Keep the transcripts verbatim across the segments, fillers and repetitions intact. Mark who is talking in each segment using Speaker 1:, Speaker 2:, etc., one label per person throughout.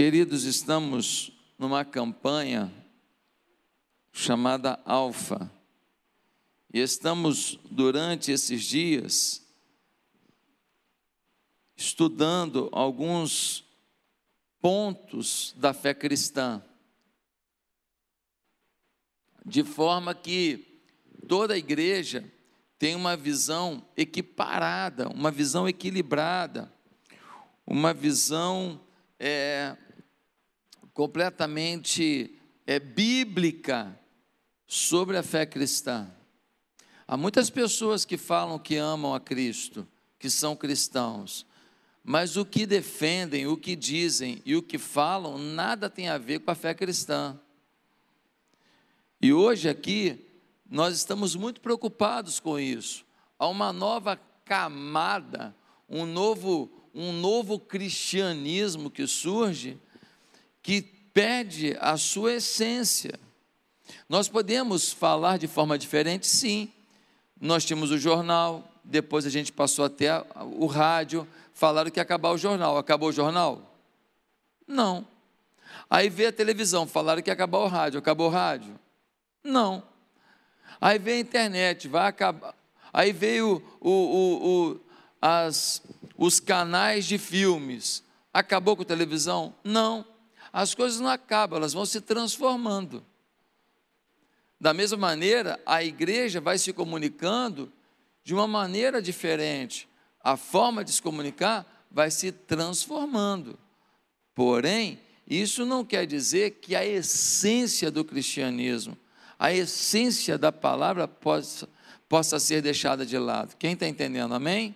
Speaker 1: Queridos, estamos numa campanha chamada Alfa, e estamos, durante esses dias, estudando alguns pontos da fé cristã, de forma que toda a igreja tem uma visão equiparada, uma visão equilibrada, uma visão é, completamente é, bíblica sobre a fé cristã. Há muitas pessoas que falam que amam a Cristo, que são cristãos, mas o que defendem, o que dizem e o que falam, nada tem a ver com a fé cristã. E hoje aqui, nós estamos muito preocupados com isso. Há uma nova camada, um novo, um novo cristianismo que surge, que perde a sua essência. Nós podemos falar de forma diferente, sim. Nós tínhamos o jornal, depois a gente passou até o rádio, falaram que ia acabar o jornal. Acabou o jornal? Não. Aí veio a televisão, falaram que ia acabar o rádio. Acabou o rádio? Não. Aí veio a internet, vai acabar. Aí veio o, o, o, as, os canais de filmes. Acabou com a televisão? Não. As coisas não acabam, elas vão se transformando. Da mesma maneira, a igreja vai se comunicando de uma maneira diferente. A forma de se comunicar vai se transformando. Porém, isso não quer dizer que a essência do cristianismo, a essência da palavra possa, possa ser deixada de lado. Quem está entendendo, amém?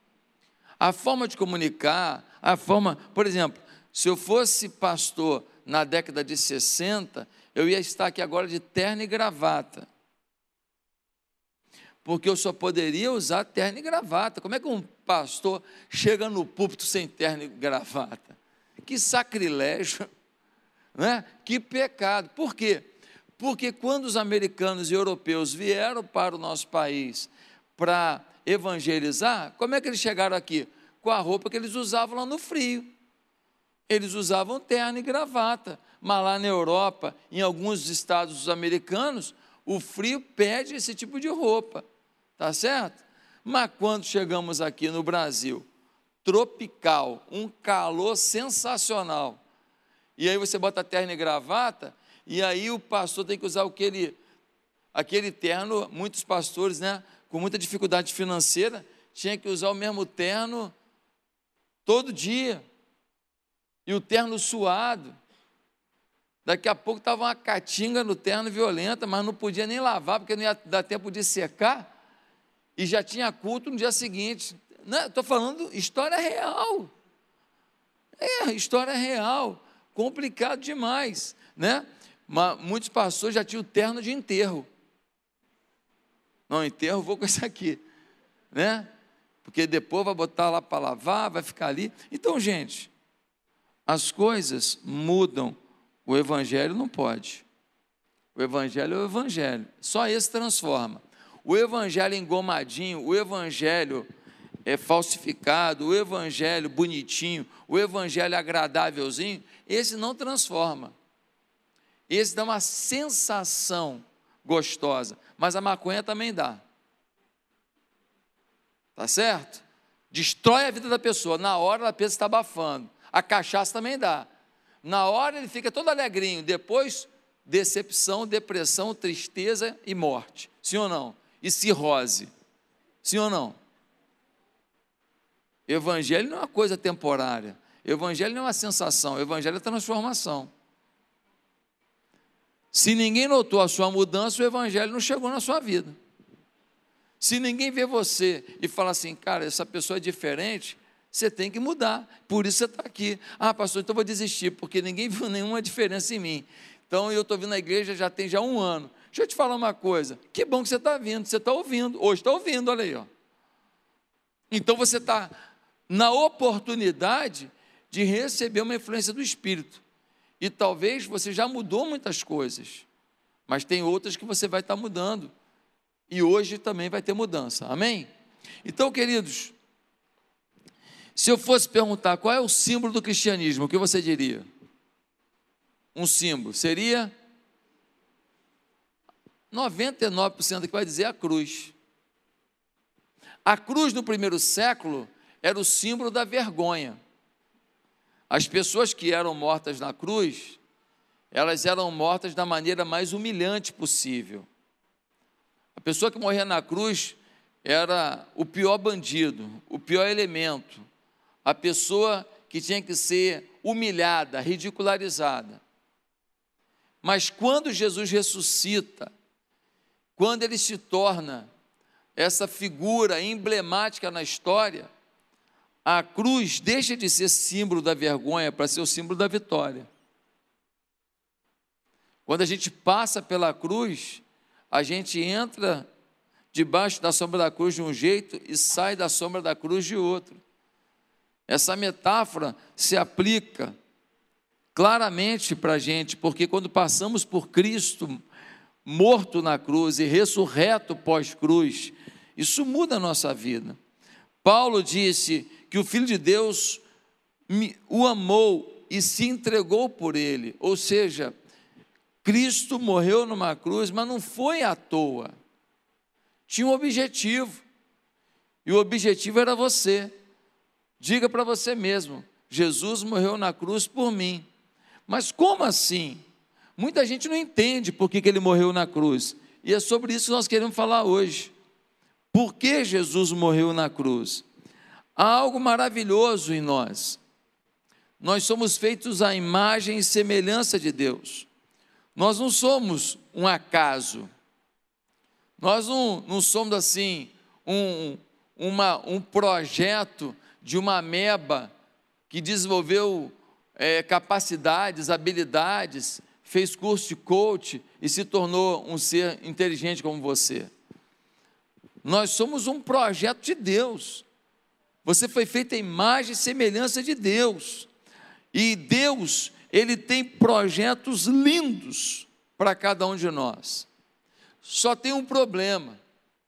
Speaker 1: A forma de comunicar, a forma, por exemplo, se eu fosse pastor na década de sessenta, eu ia estar aqui agora de terno e gravata, porque eu só poderia usar terno e gravata. Como é que um pastor chega no púlpito sem terno e gravata? Que sacrilégio, né? Que pecado. Por quê? Porque quando os americanos e europeus vieram para o nosso país para evangelizar, como é que eles chegaram aqui? Com a roupa que eles usavam lá no frio. Eles usavam terno e gravata, mas lá na Europa, em alguns estados americanos, o frio pede esse tipo de roupa, tá certo? Mas quando chegamos aqui no Brasil, tropical, um calor sensacional, e aí você bota terno e gravata, e aí o pastor tem que usar aquele, aquele terno, muitos pastores, né, com muita dificuldade financeira, tinha que usar o mesmo terno todo dia, e o terno suado. Daqui a pouco estava uma caatinga no terno violenta, mas não podia nem lavar, porque não ia dar tempo de secar, e já tinha culto no dia seguinte. Estou falando história real, é, história real, complicado demais, né? Mas muitos pastores já tinham terno de enterro. Não, enterro, vou com esse aqui, né? Porque depois vai botar lá para lavar, vai ficar ali. Então, gente, as coisas mudam, o evangelho não pode. O evangelho é o evangelho, só esse transforma. O evangelho engomadinho, o evangelho é falsificado, o evangelho bonitinho, o evangelho agradávelzinho, esse não transforma. Esse dá uma sensação gostosa, mas a maconha também dá. Tá certo? Destrói a vida da pessoa, na hora ela pensa que está abafando. A cachaça também dá. Na hora ele fica todo alegrinho, depois decepção, depressão, tristeza e morte. Sim ou não? E cirrose. Sim ou não? Evangelho não é uma coisa temporária. Evangelho não é uma sensação. Evangelho é transformação. Se ninguém notou a sua mudança, o evangelho não chegou na sua vida. Se ninguém vê você e fala assim, cara, essa pessoa é diferente, você tem que mudar, por isso você está aqui. Ah, pastor, então eu vou desistir, porque ninguém viu nenhuma diferença em mim. Então eu estou vindo na igreja já tem já um ano. Deixa eu te falar uma coisa, que bom que você está vindo, você está ouvindo, hoje está ouvindo, olha aí, ó. Então você está na oportunidade de receber uma influência do Espírito, e talvez você já mudou muitas coisas, mas tem outras que você vai estar mudando, e hoje também vai ter mudança, amém? Então, queridos, se eu fosse perguntar qual é o símbolo do cristianismo, o que você diria? um símbolo? Seria noventa e nove por cento que vai dizer a cruz. A cruz no primeiro século era o símbolo da vergonha. As pessoas que eram mortas na cruz, elas eram mortas da maneira mais humilhante possível. A pessoa que morria na cruz era o pior bandido, o pior elemento, a pessoa que tinha que ser humilhada, ridicularizada. Mas quando Jesus ressuscita, quando ele se torna essa figura emblemática na história, a cruz deixa de ser símbolo da vergonha para ser o símbolo da vitória. Quando a gente passa pela cruz, a gente entra debaixo da sombra da cruz de um jeito e sai da sombra da cruz de outro. Essa metáfora se aplica claramente para a gente, porque quando passamos por Cristo morto na cruz e ressurreto pós-cruz, isso muda a nossa vida. Paulo disse que o Filho de Deus o amou e se entregou por ele, ou seja, Cristo morreu numa cruz, mas não foi à toa, tinha um objetivo, e o objetivo era você. Diga para você mesmo: Jesus morreu na cruz por mim. Mas como assim? Muita gente não entende por que, que ele morreu na cruz, e é sobre isso que nós queremos falar hoje. Por que Jesus morreu na cruz? Há algo maravilhoso em nós. Nós somos feitos à imagem e semelhança de Deus. Nós não somos um acaso. Nós não, não somos assim, um, uma, um projeto de uma ameba que desenvolveu é, capacidades, habilidades, fez curso de coach e se tornou um ser inteligente como você. Nós somos um projeto de Deus. Você foi feito à imagem e semelhança de Deus. E Deus, Ele tem projetos lindos para cada um de nós. Só tem um problema.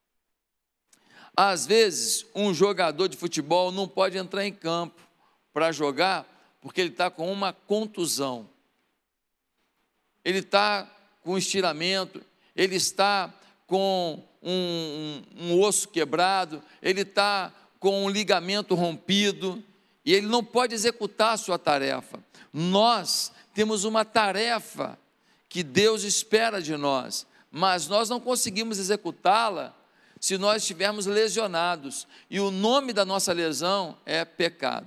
Speaker 1: Às vezes, um jogador de futebol não pode entrar em campo para jogar porque ele está com uma contusão. Ele está com estiramento, ele está com um, um, um osso quebrado, ele está com um ligamento rompido, e ele não pode executar a sua tarefa. Nós temos uma tarefa que Deus espera de nós, mas nós não conseguimos executá-la se nós estivermos lesionados, e o nome da nossa lesão é pecado.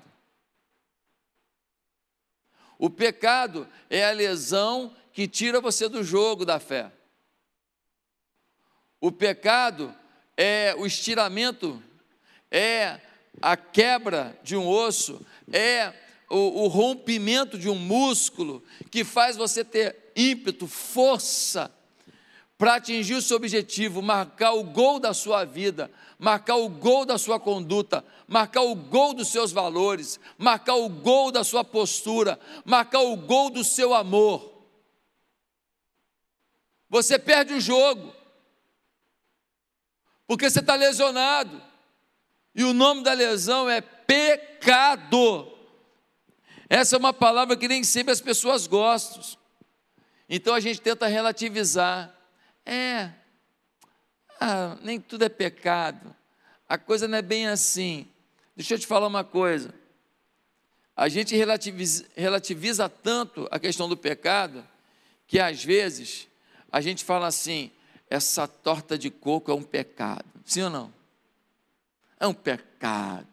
Speaker 1: O pecado é a lesão que tira você do jogo da fé. O pecado é o estiramento, é a quebra de um osso, é o, o rompimento de um músculo que faz você ter ímpeto, força para atingir o seu objetivo, marcar o gol da sua vida, marcar o gol da sua conduta, marcar o gol dos seus valores, marcar o gol da sua postura, marcar o gol do seu amor. Você perde o jogo, porque você está lesionado, e o nome da lesão é pecado. Essa é uma palavra que nem sempre as pessoas gostam, então a gente tenta relativizar. É, ah, nem tudo é pecado, a coisa não é bem assim. Deixa eu te falar uma coisa, a gente relativiza, relativiza tanto a questão do pecado, que às vezes a gente fala assim: essa torta de coco é um pecado, sim ou não? É um pecado,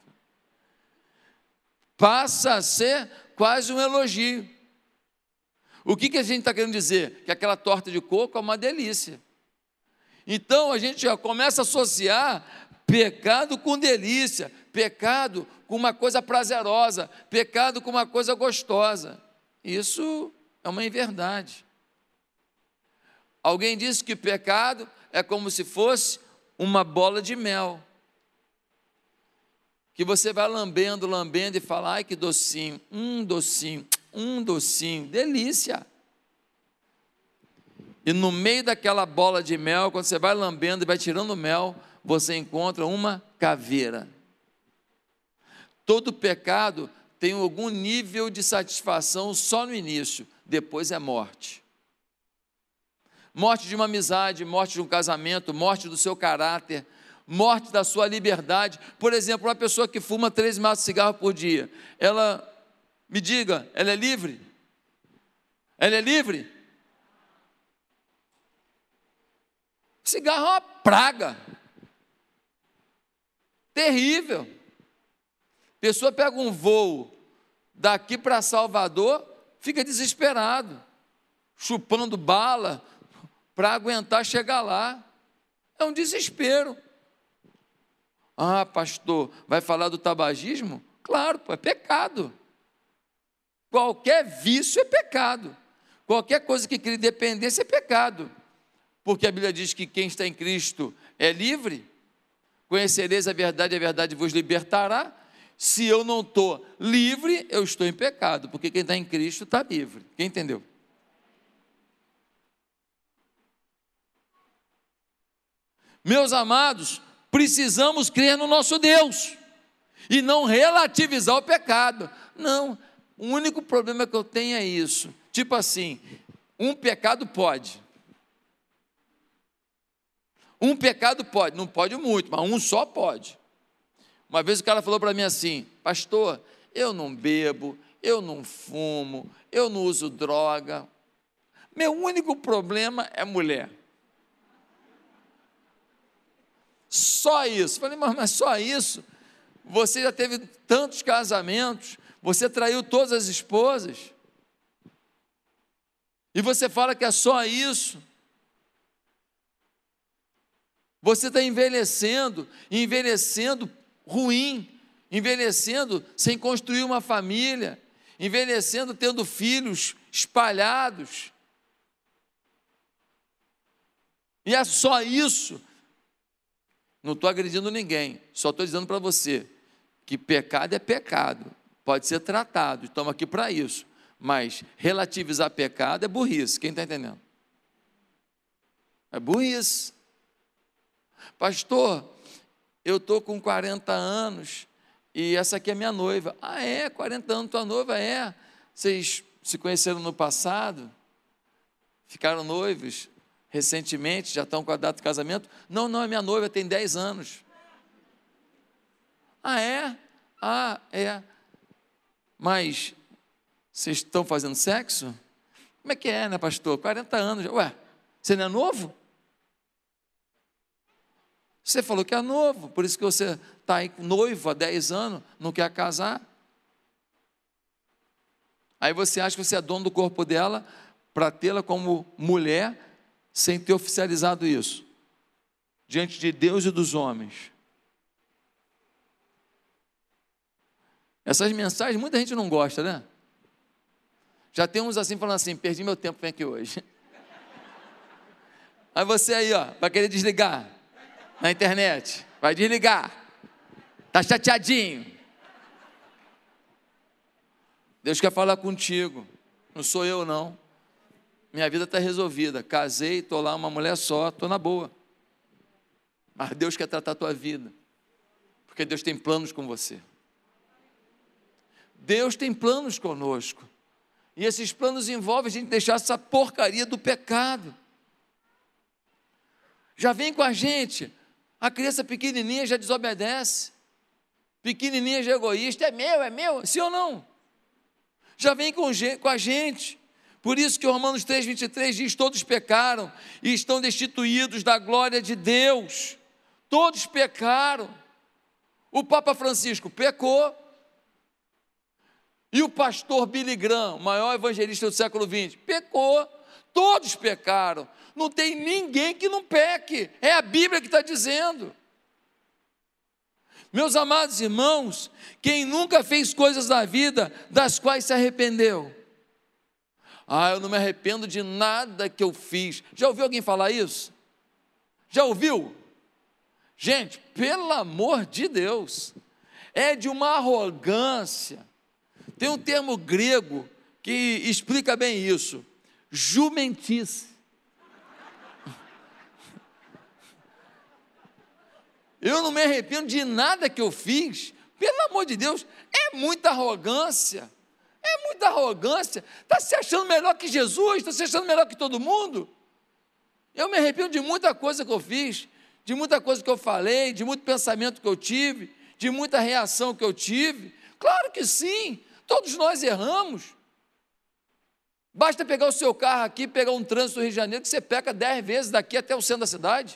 Speaker 1: passa a ser quase um elogio. O que, que a gente está querendo dizer? Que aquela torta de coco é uma delícia. Então a gente já começa a associar pecado com delícia, pecado com uma coisa prazerosa, pecado com uma coisa gostosa. Isso é uma inverdade. Alguém disse que pecado é como se fosse uma bola de mel, que você vai lambendo, lambendo e fala: ai, que docinho, um docinho, um docinho, delícia. E no meio daquela bola de mel, quando você vai lambendo e vai tirando o mel, você encontra uma caveira. Todo pecado tem algum nível de satisfação só no início, depois é morte. Morte de uma amizade, morte de um casamento, morte do seu caráter, morte da sua liberdade. Por exemplo, uma pessoa que fuma três maços de cigarro por dia, ela, me diga, ela é livre? Ela é livre? Cigarro é uma praga, terrível. Pessoa pega um voo daqui para Salvador, fica desesperado, chupando bala para aguentar chegar lá. É um desespero. Ah, pastor, vai falar do tabagismo? Claro, pô, é pecado. Qualquer vício é pecado. Qualquer coisa que crie dependência é pecado. Porque a Bíblia diz que quem está em Cristo é livre. Conhecereis a verdade, a verdade vos libertará. Se eu não estou livre, eu estou em pecado, porque quem está em Cristo está livre. Quem entendeu? Meus amados, precisamos crer no nosso Deus e não relativizar o pecado. Não, o único problema que eu tenho é isso. Tipo assim, um pecado pode. Um pecado pode, não pode muito, mas um só pode. Uma vez o cara falou para mim assim: pastor, eu não bebo, eu não fumo, eu não uso droga. Meu único problema é mulher. Só isso. Falei, mas, mas só isso? Você já teve tantos casamentos, você traiu todas as esposas, e você fala que é só isso? Você está envelhecendo, envelhecendo ruim, envelhecendo sem construir uma família, envelhecendo tendo filhos espalhados. E é só isso? Não estou agredindo ninguém, só estou dizendo para você que pecado é pecado, pode ser tratado, estamos aqui para isso, mas relativizar pecado é burrice. Quem está entendendo? É burrice. Pastor, eu estou com quarenta anos e essa aqui é minha noiva. Ah, é? quarenta anos tua noiva? É. Vocês se conheceram no passado? Ficaram noivos recentemente? Já estão com a data de casamento? Não, não, é minha noiva, tem dez anos. Ah, é? Ah, é. Mas vocês estão fazendo sexo? Como é que é, né, pastor? quarenta anos. Ué, você não é novo? Você falou que é novo, por isso que você está aí noivo há dez anos, não quer casar. Aí você acha que você é dono do corpo dela para tê-la como mulher, sem ter oficializado isso, diante de Deus e dos homens. Essas mensagens, muita gente não gosta, né? Já tem uns assim, falando assim, perdi meu tempo, vem aqui hoje. Aí você aí, ó, vai querer desligar na internet, vai desligar, está chateadinho. Deus quer falar contigo, não sou eu não, minha vida está resolvida, casei, estou lá uma mulher só, estou na boa, mas Deus quer tratar a tua vida, porque Deus tem planos com você, Deus tem planos conosco, e esses planos envolvem a gente deixar essa porcaria do pecado. Já vem com a gente. A criança pequenininha já desobedece, pequenininha já é egoísta, é meu, é meu, sim ou não? Já vem com, com a gente, por isso que Romanos três, vinte e três diz, todos pecaram e estão destituídos da glória de Deus, todos pecaram. O Papa Francisco pecou, e o pastor Billy Graham, o maior evangelista do século vinte, pecou, todos pecaram. Não tem ninguém que não peque, é a Bíblia que está dizendo. Meus amados irmãos, quem nunca fez coisas na vida das quais se arrependeu? Ah, eu não me arrependo de nada que eu fiz. Já ouviu alguém falar isso? Já ouviu? Gente, pelo amor de Deus, é de uma arrogância. Tem um termo grego que explica bem isso, jumentice. Eu não me arrependo de nada que eu fiz, pelo amor de Deus, é muita arrogância, é muita da arrogância, está se achando melhor que Jesus, está se achando melhor que todo mundo. Eu me arrependo de muita coisa que eu fiz, de muita coisa que eu falei, de muito pensamento que eu tive, de muita reação que eu tive. Claro que sim, todos nós erramos. Basta pegar o seu carro aqui, pegar um trânsito do Rio de Janeiro, que você peca dez vezes daqui até o centro da cidade.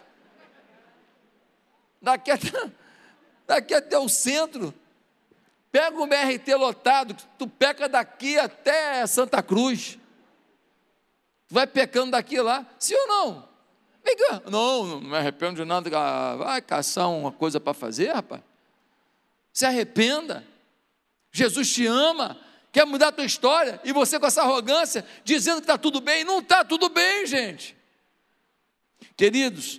Speaker 1: Daqui até, daqui até o centro. Pega o B R T lotado, tu peca daqui até Santa Cruz. Tu vai pecando daqui lá, sim ou não? Vem cá. Não, não me arrependo de nada. Vai caçar uma coisa para fazer, rapaz. Se arrependa. Jesus te ama, quer mudar a tua história, e você com essa arrogância, dizendo que está tudo bem. Não está tudo bem, gente. Queridos,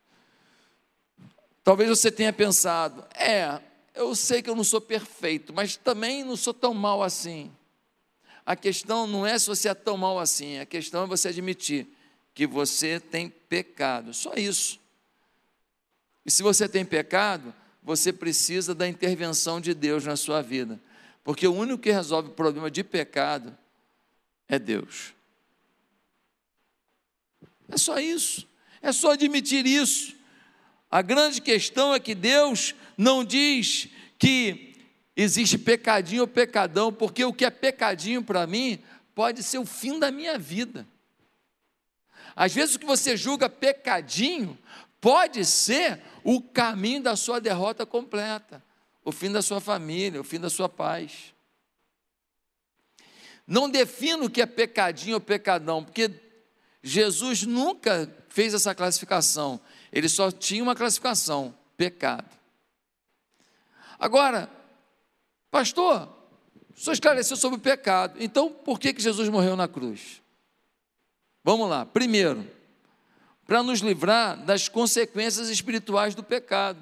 Speaker 1: talvez você tenha pensado, é, eu sei que eu não sou perfeito, mas também não sou tão mal assim. A questão não é se você é tão mal assim, a questão é você admitir que você tem pecado, só isso. E se você tem pecado, você precisa da intervenção de Deus na sua vida, porque o único que resolve o problema de pecado é Deus. É só isso, é só admitir isso. A grande questão é que Deus não diz que existe pecadinho ou pecadão, porque o que é pecadinho para mim pode ser o fim da minha vida. Às vezes o que você julga pecadinho pode ser o caminho da sua derrota completa, o fim da sua família, o fim da sua paz. Não defina o que é pecadinho ou pecadão, porque Jesus nunca fez essa classificação, ele só tinha uma classificação, pecado. Agora, pastor, o senhor esclareceu sobre o pecado, então por que que Jesus morreu na cruz? Vamos lá, primeiro, para nos livrar das consequências espirituais do pecado.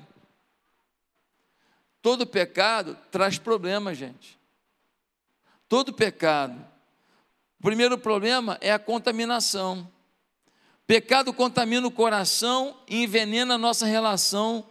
Speaker 1: Todo pecado traz problemas, gente. Todo pecado. O primeiro problema é a contaminação. Pecado contamina o coração e envenena a nossa relação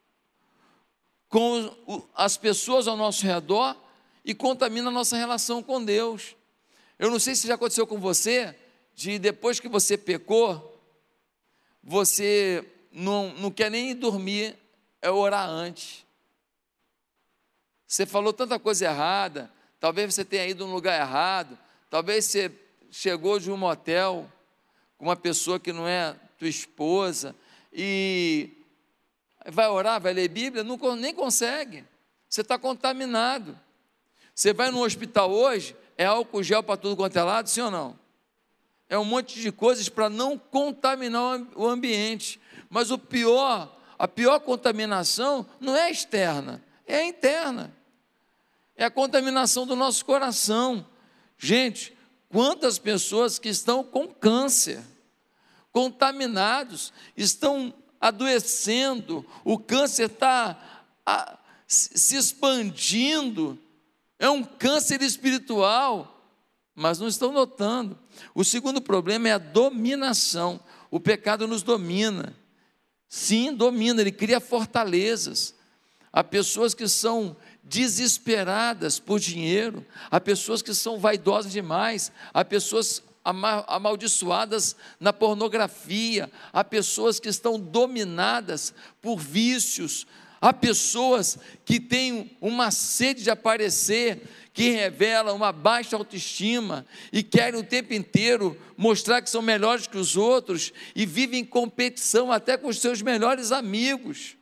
Speaker 1: com as pessoas ao nosso redor e contamina a nossa relação com Deus. Eu não sei se já aconteceu com você, de depois que você pecou, você não, não quer nem ir dormir, é orar antes. Você falou tanta coisa errada, talvez você tenha ido num lugar errado, talvez você chegou de um motel com uma pessoa que não é tua esposa, e vai orar, vai ler Bíblia, não, nem consegue, você está contaminado. Você vai no hospital hoje, é álcool gel para tudo quanto é lado, sim ou não? É um monte de coisas para não contaminar o ambiente, mas o pior, a pior contaminação não é externa, é interna, é a contaminação do nosso coração. Gente, quantas pessoas que estão com câncer, contaminados, estão adoecendo, o câncer está a, se expandindo, é um câncer espiritual, mas não estão notando. O segundo problema é a dominação. O pecado nos domina. Sim, domina, ele cria fortalezas. Há pessoas que são desesperadas por dinheiro, há pessoas que são vaidosas demais, há pessoas amaldiçoadas na pornografia, há pessoas que estão dominadas por vícios, há pessoas que têm uma sede de aparecer, que revela uma baixa autoestima e querem o tempo inteiro mostrar que são melhores que os outros e vivem em competição até com os seus melhores amigos.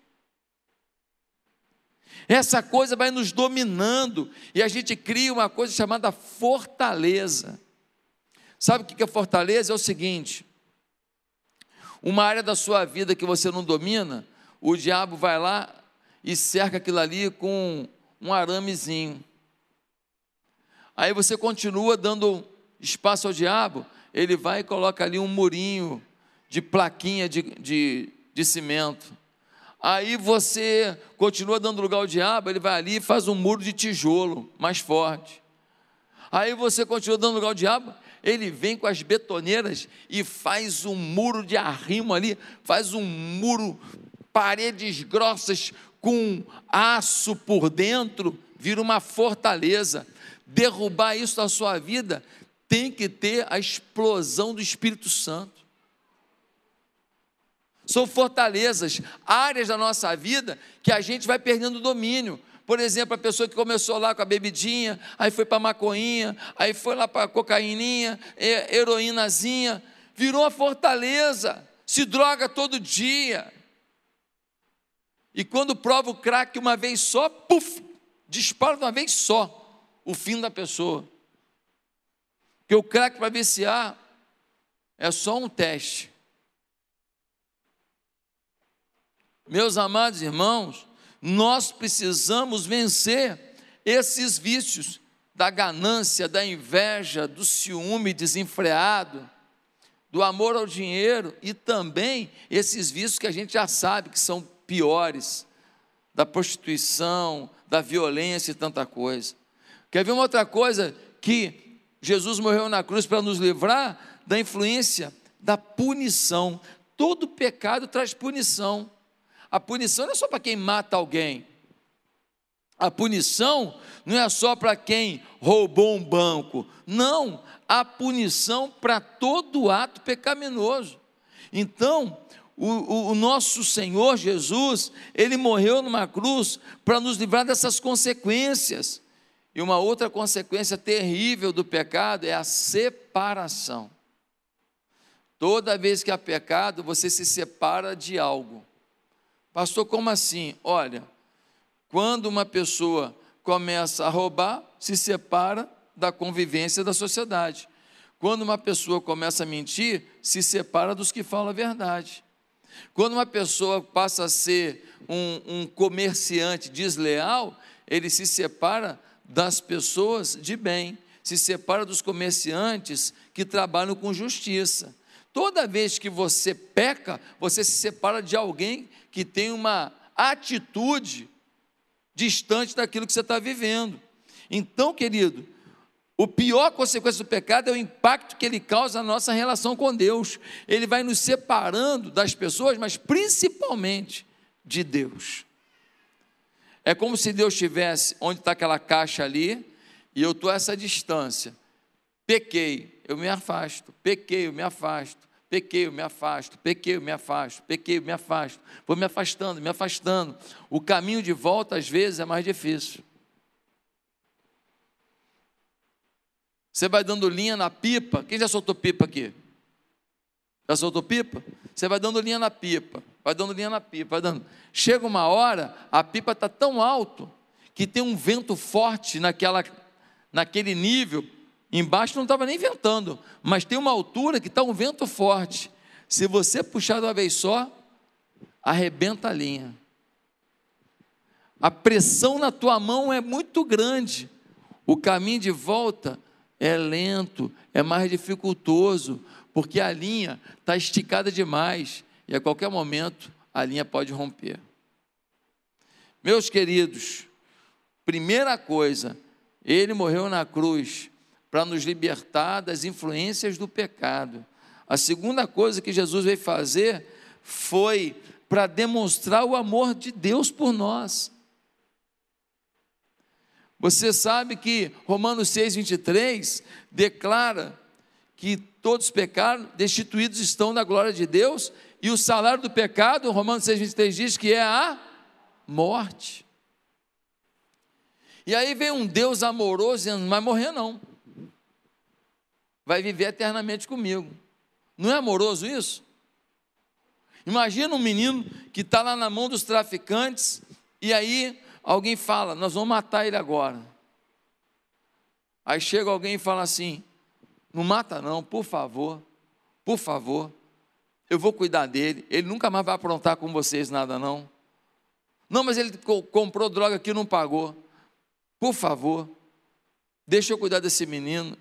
Speaker 1: Essa coisa vai nos dominando e a gente cria uma coisa chamada fortaleza. Sabe o que é fortaleza? É o seguinte: uma área da sua vida que você não domina, o diabo vai lá e cerca aquilo ali com um aramezinho. Aí você continua dando espaço ao diabo, ele vai e coloca ali um murinho de plaquinha de, de, de cimento. Aí você continua dando lugar ao diabo, ele vai ali e faz um muro de tijolo mais forte. Aí você continua dando lugar ao diabo, ele vem com as betoneiras e faz um muro de arrimo ali, faz um muro, paredes grossas com aço por dentro, vira uma fortaleza. derrubar isso da sua vida, tem que ter a explosão do Espírito Santo. São fortalezas, áreas da nossa vida que a gente vai perdendo o domínio. Por exemplo, a pessoa que começou lá com a bebidinha, aí foi para a maconhinha, aí foi lá para a cocaininha, heroínazinha, virou uma fortaleza, se droga todo dia. E quando prova o crack uma vez só, puf, dispara de uma vez só o fim da pessoa. Porque o crack para viciar é só um teste. Meus amados irmãos, nós precisamos vencer esses vícios da ganância, da inveja, do ciúme desenfreado, do amor ao dinheiro e também esses vícios que a gente já sabe que são piores, da prostituição, da violência e tanta coisa. Quer ver uma outra coisa? Que Jesus morreu na cruz para nos livrar da influência da punição. Todo pecado traz punição. A punição não é só para quem mata alguém. A punição não é só para quem roubou um banco. Não, há punição para todo ato pecaminoso. Então, o, o, o nosso Senhor Jesus, Ele morreu numa cruz para nos livrar dessas consequências. E uma outra consequência terrível do pecado é a separação. Toda vez que há pecado, você se separa de algo. Pastor, como assim? Olha, quando uma pessoa começa a roubar, se separa da convivência da sociedade. Quando uma pessoa começa a mentir, se separa dos que falam a verdade. Quando uma pessoa passa a ser um, um comerciante desleal, ele se separa das pessoas de bem, se separa dos comerciantes que trabalham com justiça. Toda vez que você peca, você se separa de alguém que tem uma atitude distante daquilo que você está vivendo. Então, querido, o pior consequência do pecado é o impacto que ele causa na nossa relação com Deus. Ele vai nos separando das pessoas, mas principalmente de Deus. É como se Deus estivesse onde está aquela caixa ali, e eu estou a essa distância. Pequei, eu me afasto, pequei, eu me afasto, pequei, eu me afasto, pequei, eu me afasto, pequei, eu me afasto, vou me afastando, me afastando. O caminho de volta, às vezes, é mais difícil. Você vai dando linha na pipa. Quem já soltou pipa aqui? Já soltou pipa? Você vai dando linha na pipa, vai dando linha na pipa, vai dando. Chega uma hora, a pipa está tão alto, que tem um vento forte naquela, naquele nível. Embaixo não estava nem ventando, mas tem uma altura que está um vento forte. Se você puxar de uma vez só, arrebenta a linha. A pressão na tua mão é muito grande. O caminho de volta é lento, é mais dificultoso, porque a linha está esticada demais e a qualquer momento a linha pode romper. Meus queridos, primeira coisa, Ele morreu na cruz para nos libertar das influências do pecado. A segunda coisa que Jesus veio fazer foi para demonstrar o amor de Deus por nós. Você sabe que Romanos seis, vinte e três declara que todos pecaram, destituídos estão da glória de Deus, e o salário do pecado, Romanos seis, vinte e três diz que é a morte. E aí vem um Deus amoroso dizendo, não vai morrer não, vai viver eternamente comigo. Não é amoroso isso? Imagina um menino que está lá na mão dos traficantes, e aí alguém fala, nós vamos matar ele agora. Aí chega alguém e fala assim, não mata não, por favor, por favor, eu vou cuidar dele, ele nunca mais vai aprontar com vocês nada não. Não, mas ele comprou droga que não pagou. Por favor, deixa eu cuidar desse menino.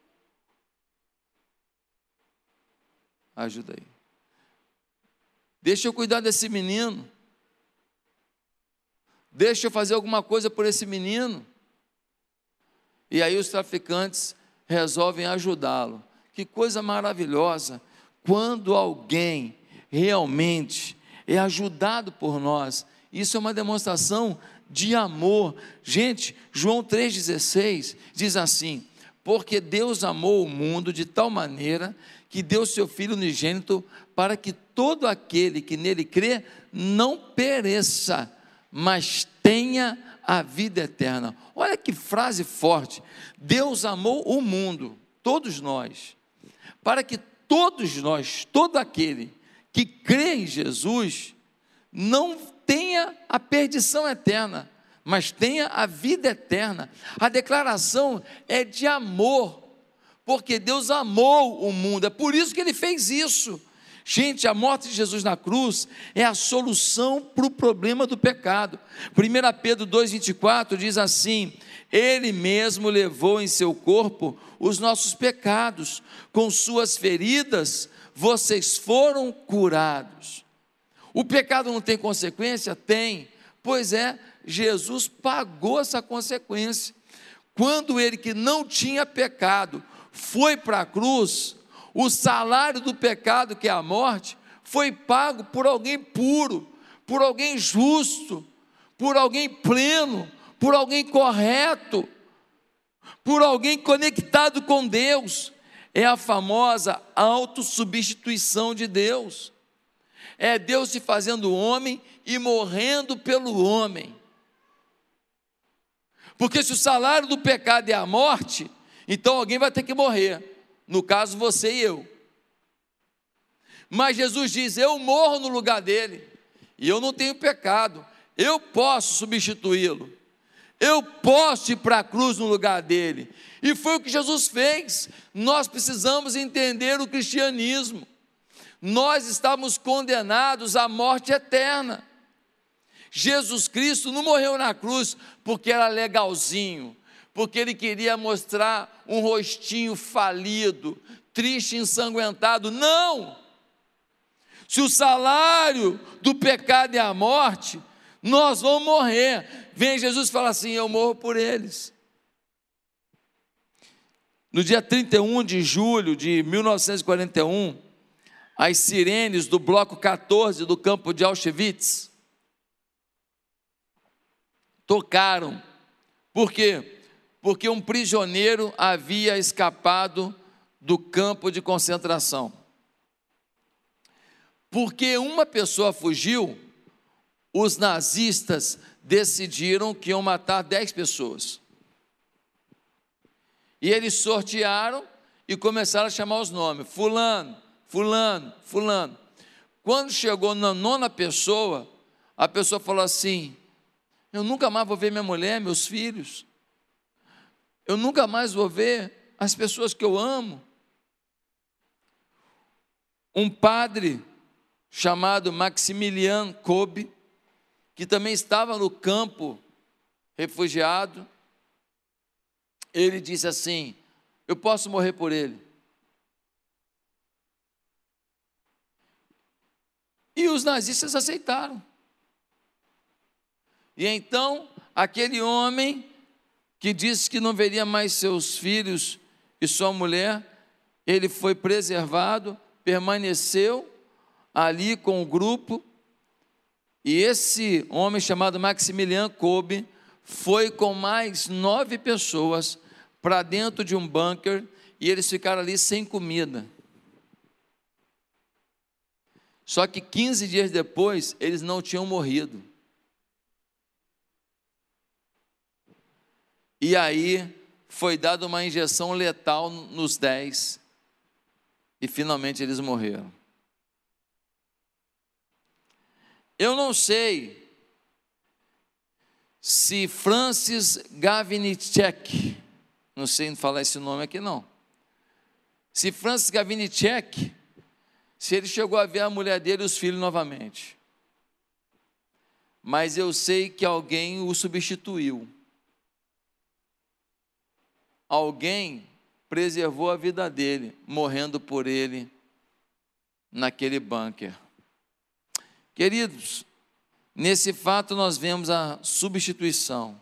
Speaker 1: Ajuda aí. Deixa eu cuidar desse menino. Deixa eu fazer alguma coisa por esse menino. E aí os traficantes resolvem ajudá-lo. Que coisa maravilhosa, quando alguém realmente é ajudado por nós. Isso é uma demonstração de amor. Gente, João três dezesseis diz assim: porque Deus amou o mundo de tal maneira que deu seu Filho unigênito para que todo aquele que nele crê não pereça, mas tenha a vida eterna. Olha que frase forte. Deus amou o mundo, todos nós, para que todos nós, todo aquele que crê em Jesus, não tenha a perdição eterna, mas tenha a vida eterna. A declaração é de amor, porque Deus amou o mundo, é por isso que Ele fez isso. Gente, a morte de Jesus na cruz é a solução para o problema do pecado. primeira Pedro dois, vinte e quatro diz assim: Ele mesmo levou em seu corpo os nossos pecados, com suas feridas vocês foram curados. O pecado não tem consequência? Tem, pois é, Jesus pagou essa consequência. Quando Ele, que não tinha pecado, foi para a cruz, o salário do pecado, que é a morte, foi pago por alguém puro, por alguém justo, por alguém pleno, por alguém correto, por alguém conectado com Deus. É a famosa autossubstituição de Deus. É Deus se fazendo homem e morrendo pelo homem. Porque se o salário do pecado é a morte, então alguém vai ter que morrer. No caso, você e eu. Mas Jesus diz: eu morro no lugar dele, e eu não tenho pecado, eu posso substituí-lo, eu posso ir para a cruz no lugar dele, e foi o que Jesus fez. Nós precisamos entender o cristianismo. Nós estamos condenados à morte eterna. Jesus Cristo não morreu na cruz porque era legalzinho, porque Ele queria mostrar um rostinho falido, triste, ensanguentado. Não! Se o salário do pecado é a morte, nós vamos morrer. Vem Jesus e fala assim: eu morro por eles. No dia trinta e um de julho de mil novecentos e quarenta e um, as sirenes do bloco quatorze do campo de Auschwitz tocaram. Por quê? Porque um prisioneiro havia escapado do campo de concentração. Porque uma pessoa fugiu, os nazistas decidiram que iam matar dez pessoas. E eles sortearam e começaram a chamar os nomes: fulano, fulano, fulano. Quando chegou na nona pessoa, a pessoa falou assim: eu nunca mais vou ver minha mulher, meus filhos. Eu nunca mais vou ver as pessoas que eu amo. Um padre chamado Maximilian Kolbe, que também estava no campo refugiado, ele disse assim: eu posso morrer por ele. E os nazistas aceitaram. E então, aquele homem que disse que não veria mais seus filhos e sua mulher, ele foi preservado, permaneceu ali com o grupo, e esse homem chamado Maximilian Kolbe foi com mais nove pessoas para dentro de um bunker, e eles ficaram ali sem comida. Só que quinze dias depois, eles não tinham morrido. E aí foi dada uma injeção letal nos dez, e finalmente eles morreram. Eu não sei se Francis Gavinichek, não sei falar esse nome aqui não, se Francis Gavinichek, se ele chegou a ver a mulher dele e os filhos novamente, mas eu sei que alguém o substituiu. Alguém preservou a vida dele, morrendo por ele naquele bunker. Queridos, nesse fato nós vemos a substituição.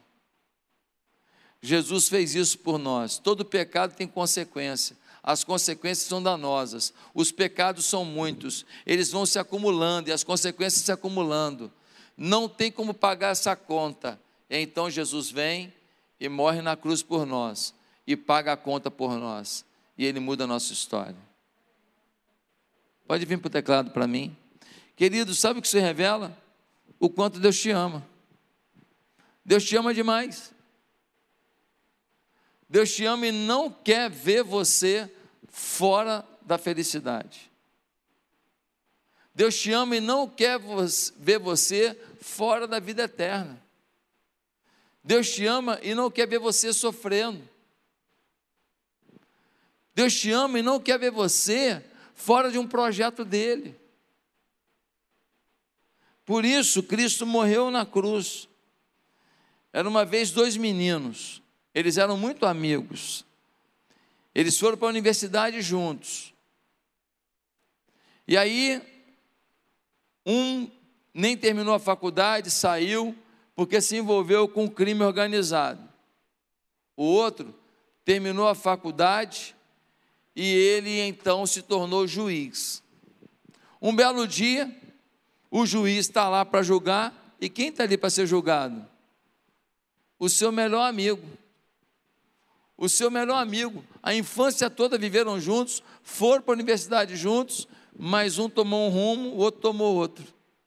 Speaker 1: Jesus fez isso por nós. Todo pecado tem consequência. As consequências são danosas. Os pecados são muitos. Eles vão se acumulando e as consequências se acumulando. Não tem como pagar essa conta. E então Jesus vem e morre na cruz por nós, e paga a conta por nós, e Ele muda a nossa história. Pode vir para o teclado para mim. Querido, sabe o que isso revela? O quanto Deus te ama. Deus te ama demais. Deus te ama e não quer ver você fora da felicidade. Deus te ama e não quer ver você fora da vida eterna. Deus te ama e não quer ver você sofrendo. Deus te ama e não quer ver você fora de um projeto dele. Por isso, Cristo morreu na cruz. Era uma vez dois meninos, eles eram muito amigos. Eles foram para a universidade juntos. E aí, um nem terminou a faculdade, saiu, porque se envolveu com crime organizado. O outro terminou a faculdade e ele então se tornou juiz. Um belo dia, o juiz está lá para julgar, e quem está ali para ser julgado? O seu melhor amigo. O seu melhor amigo. A infância toda viveram juntos, foram para a universidade juntos, mas um tomou um rumo, o outro tomou outro.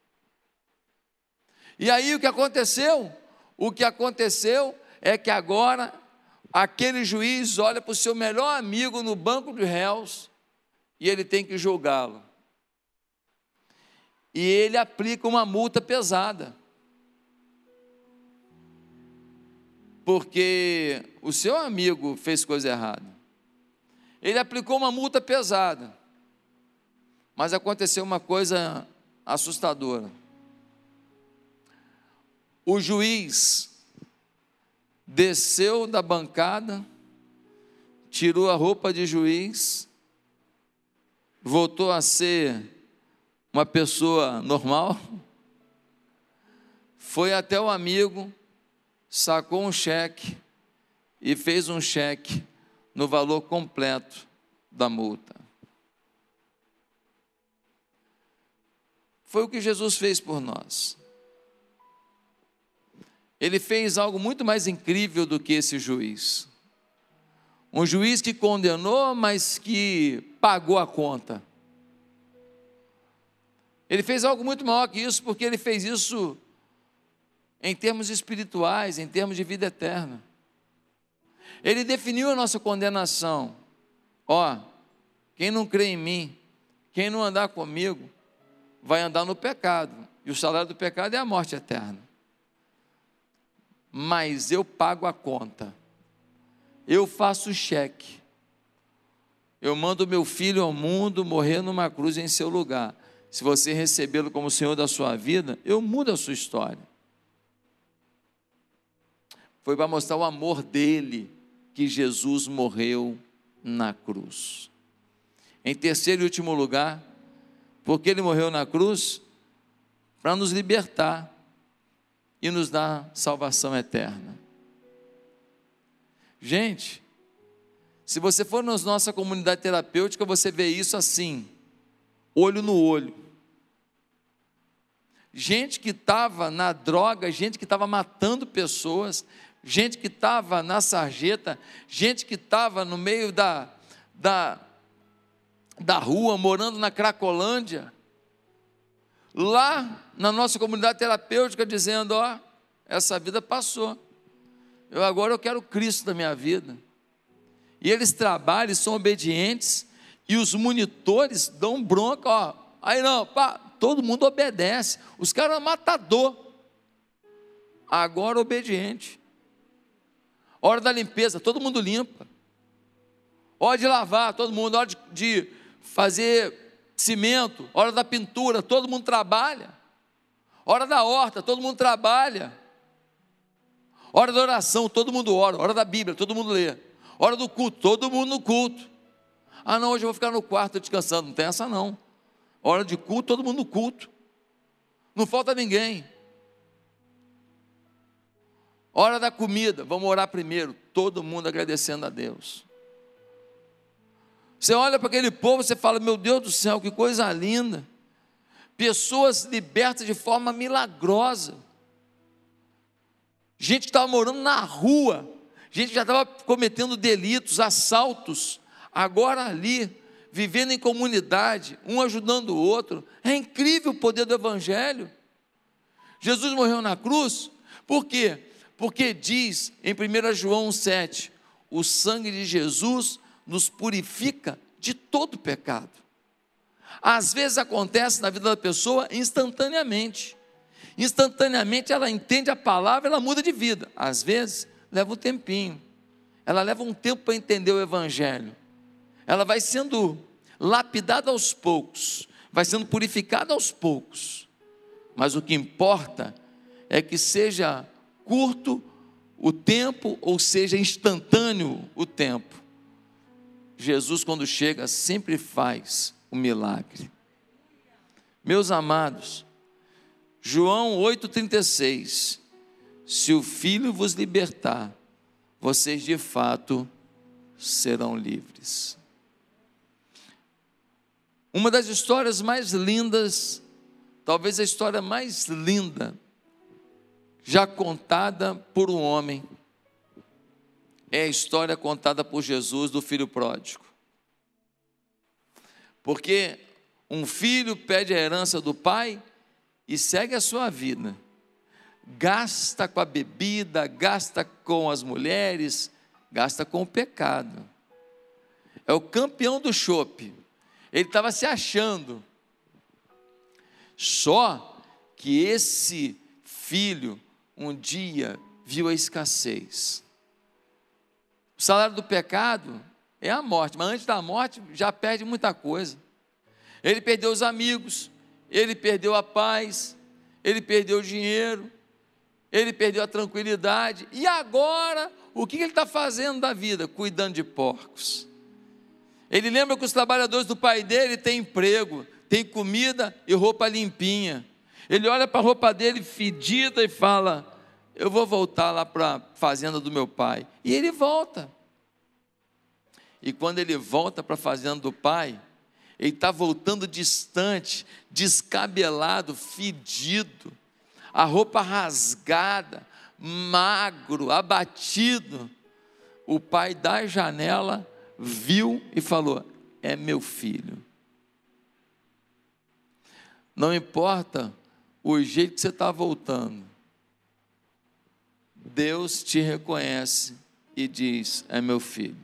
Speaker 1: E aí o que aconteceu? O que aconteceu é que agora aquele juiz olha para o seu melhor amigo no banco de réus e ele tem que julgá-lo. E ele aplica uma multa pesada. Porque o seu amigo fez coisa errada. Ele aplicou uma multa pesada. Mas aconteceu uma coisa assustadora. O juiz desceu da bancada, tirou a roupa de juiz, voltou a ser uma pessoa normal, foi até o amigo, sacou um cheque e fez um cheque no valor completo da multa. Foi o que Jesus fez por nós. Ele fez algo muito mais incrível do que esse juiz. Um juiz que condenou, mas que pagou a conta. Ele fez algo muito maior que isso, porque ele fez isso em termos espirituais, em termos de vida eterna. Ele definiu a nossa condenação. Ó, quem não crê em mim, quem não andar comigo, vai andar no pecado. E o salário do pecado é a morte eterna. Mas eu pago a conta. Eu faço o cheque. Eu mando meu filho ao mundo morrer numa cruz em seu lugar. Se você recebê-lo como Senhor da sua vida, eu mudo a sua história. Foi para mostrar o amor dele que Jesus morreu na cruz. Em terceiro e último lugar, porque ele morreu na cruz? Para nos libertar e nos dar salvação eterna. Gente, se você for na nossa comunidade terapêutica, você vê isso assim, olho no olho. Gente que estava na droga, gente que estava matando pessoas, gente que estava na sarjeta, gente que estava no meio da, da, da rua, morando na Cracolândia, lá na nossa comunidade terapêutica, dizendo, ó, essa vida passou, eu agora eu quero Cristo na minha vida. E eles trabalham, eles são obedientes, e os monitores dão bronca, ó, aí não, pá, todo mundo obedece, os caras são matador, agora obediente. Hora da limpeza, todo mundo limpa. Hora de lavar, todo mundo. Hora de, de fazer cimento. Hora da pintura, todo mundo trabalha. Hora da horta, todo mundo trabalha. Hora da oração, todo mundo ora. Hora da Bíblia, todo mundo lê. Hora do culto, todo mundo no culto. Ah não, hoje eu vou ficar no quarto descansando. Não tem essa não. Hora de culto, todo mundo no culto. Não falta ninguém. Hora da comida, vamos orar primeiro, todo mundo agradecendo a Deus. Você olha para aquele povo, você fala, meu Deus do céu, que coisa linda. Pessoas libertas de forma milagrosa. gente que estava morando na rua, gente que já estava cometendo delitos, assaltos, agora ali, vivendo em comunidade, um ajudando o outro. É incrível o poder do Evangelho. Jesus morreu na cruz, por quê? Porque diz em primeiro João sete, o sangue de Jesus nos purifica de todo pecado. Às vezes acontece na vida da pessoa instantaneamente, instantaneamente ela entende a palavra, ela muda de vida. Às vezes leva um tempinho, ela leva um tempo para entender o Evangelho, ela vai sendo lapidada aos poucos, vai sendo purificada aos poucos, mas o que importa é que seja curto o tempo, ou seja instantâneo o tempo. Jesus, quando chega, sempre faz o milagre. Meus amados, João oito, trinta e seis, se o Filho vos libertar, vocês de fato serão livres. Uma das histórias mais lindas, talvez a história mais linda, já contada por um homem, é a história contada por Jesus do filho pródigo. Porque um filho pede a herança do pai e segue a sua vida, gasta com a bebida, gasta com as mulheres, gasta com o pecado. É o campeão do chope. Ele estava se achando. Só que esse filho um dia viu a escassez. O salário do pecado é a morte, mas antes da morte já perde muita coisa. Ele perdeu os amigos, ele perdeu a paz, ele perdeu o dinheiro, ele perdeu a tranquilidade. E agora, o que ele está fazendo da vida? Cuidando de porcos. Ele lembra que os trabalhadores do pai dele têm emprego, têm comida e roupa limpinha. Ele olha para a roupa dele fedida e fala: eu vou voltar lá para a fazenda do meu pai. E ele volta. E quando ele volta para a fazenda do pai, ele está voltando distante, descabelado, fedido, a roupa rasgada, magro, abatido. O pai da janela viu e falou: é meu filho. Não importa o jeito que você está voltando, Deus te reconhece e diz: é meu filho.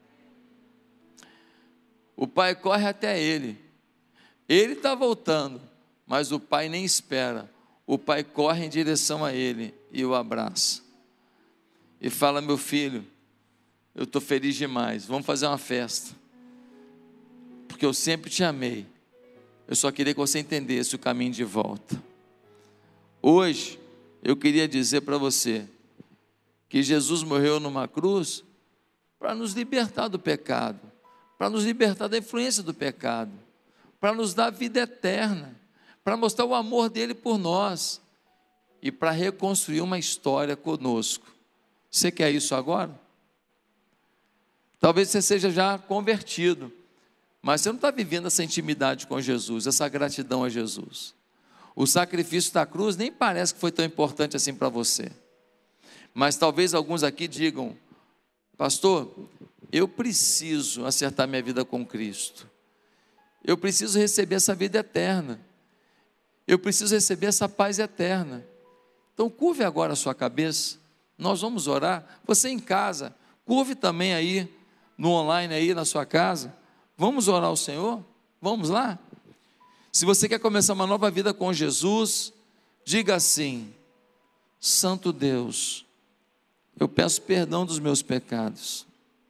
Speaker 1: O pai corre até ele, ele está voltando, mas o pai nem espera, o pai corre em direção a ele e o abraça, e fala: meu filho, eu estou feliz demais, vamos fazer uma festa, porque eu sempre te amei, eu só queria que você entendesse o caminho de volta. Hoje, eu queria dizer para você, que Jesus morreu numa cruz, para nos libertar do pecado, para nos libertar da influência do pecado, para nos dar vida eterna, para mostrar o amor dele por nós, e para reconstruir uma história conosco. Você quer isso agora? Talvez você seja já convertido, mas você não está vivendo essa intimidade com Jesus, essa gratidão a Jesus. O sacrifício da cruz nem parece que foi tão importante assim para você. Mas talvez alguns aqui digam: pastor, eu preciso acertar minha vida com Cristo, eu preciso receber essa vida eterna, eu preciso receber essa paz eterna. Então curve agora a sua cabeça, nós vamos orar. Você em casa, curve também aí, no online aí na sua casa, vamos orar ao Senhor, vamos lá? Se você quer começar uma nova vida com Jesus, diga assim: Santo Deus, eu peço perdão dos meus pecados,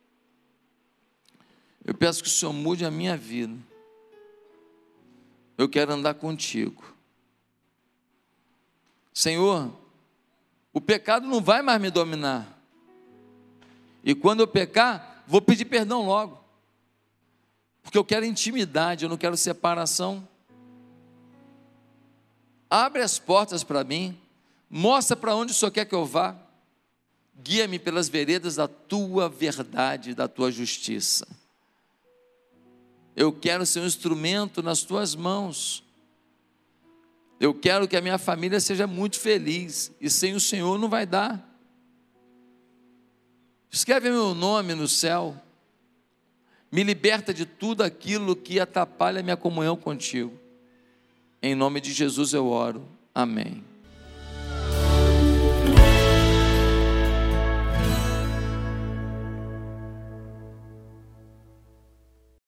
Speaker 1: eu peço que o Senhor mude a minha vida, eu quero andar contigo. Senhor, o pecado não vai mais me dominar, e quando eu pecar, vou pedir perdão logo, porque eu quero intimidade, eu não quero separação. Abre as portas para mim, mostra para onde o Senhor quer que eu vá, guia-me pelas veredas da tua verdade, da tua justiça. Eu quero ser um instrumento nas tuas mãos, eu quero que a minha família seja muito feliz, e sem o Senhor não vai dar. escreve meu nome no céu, me liberta de tudo aquilo que atrapalha a minha comunhão contigo. Em nome de Jesus eu oro, amém.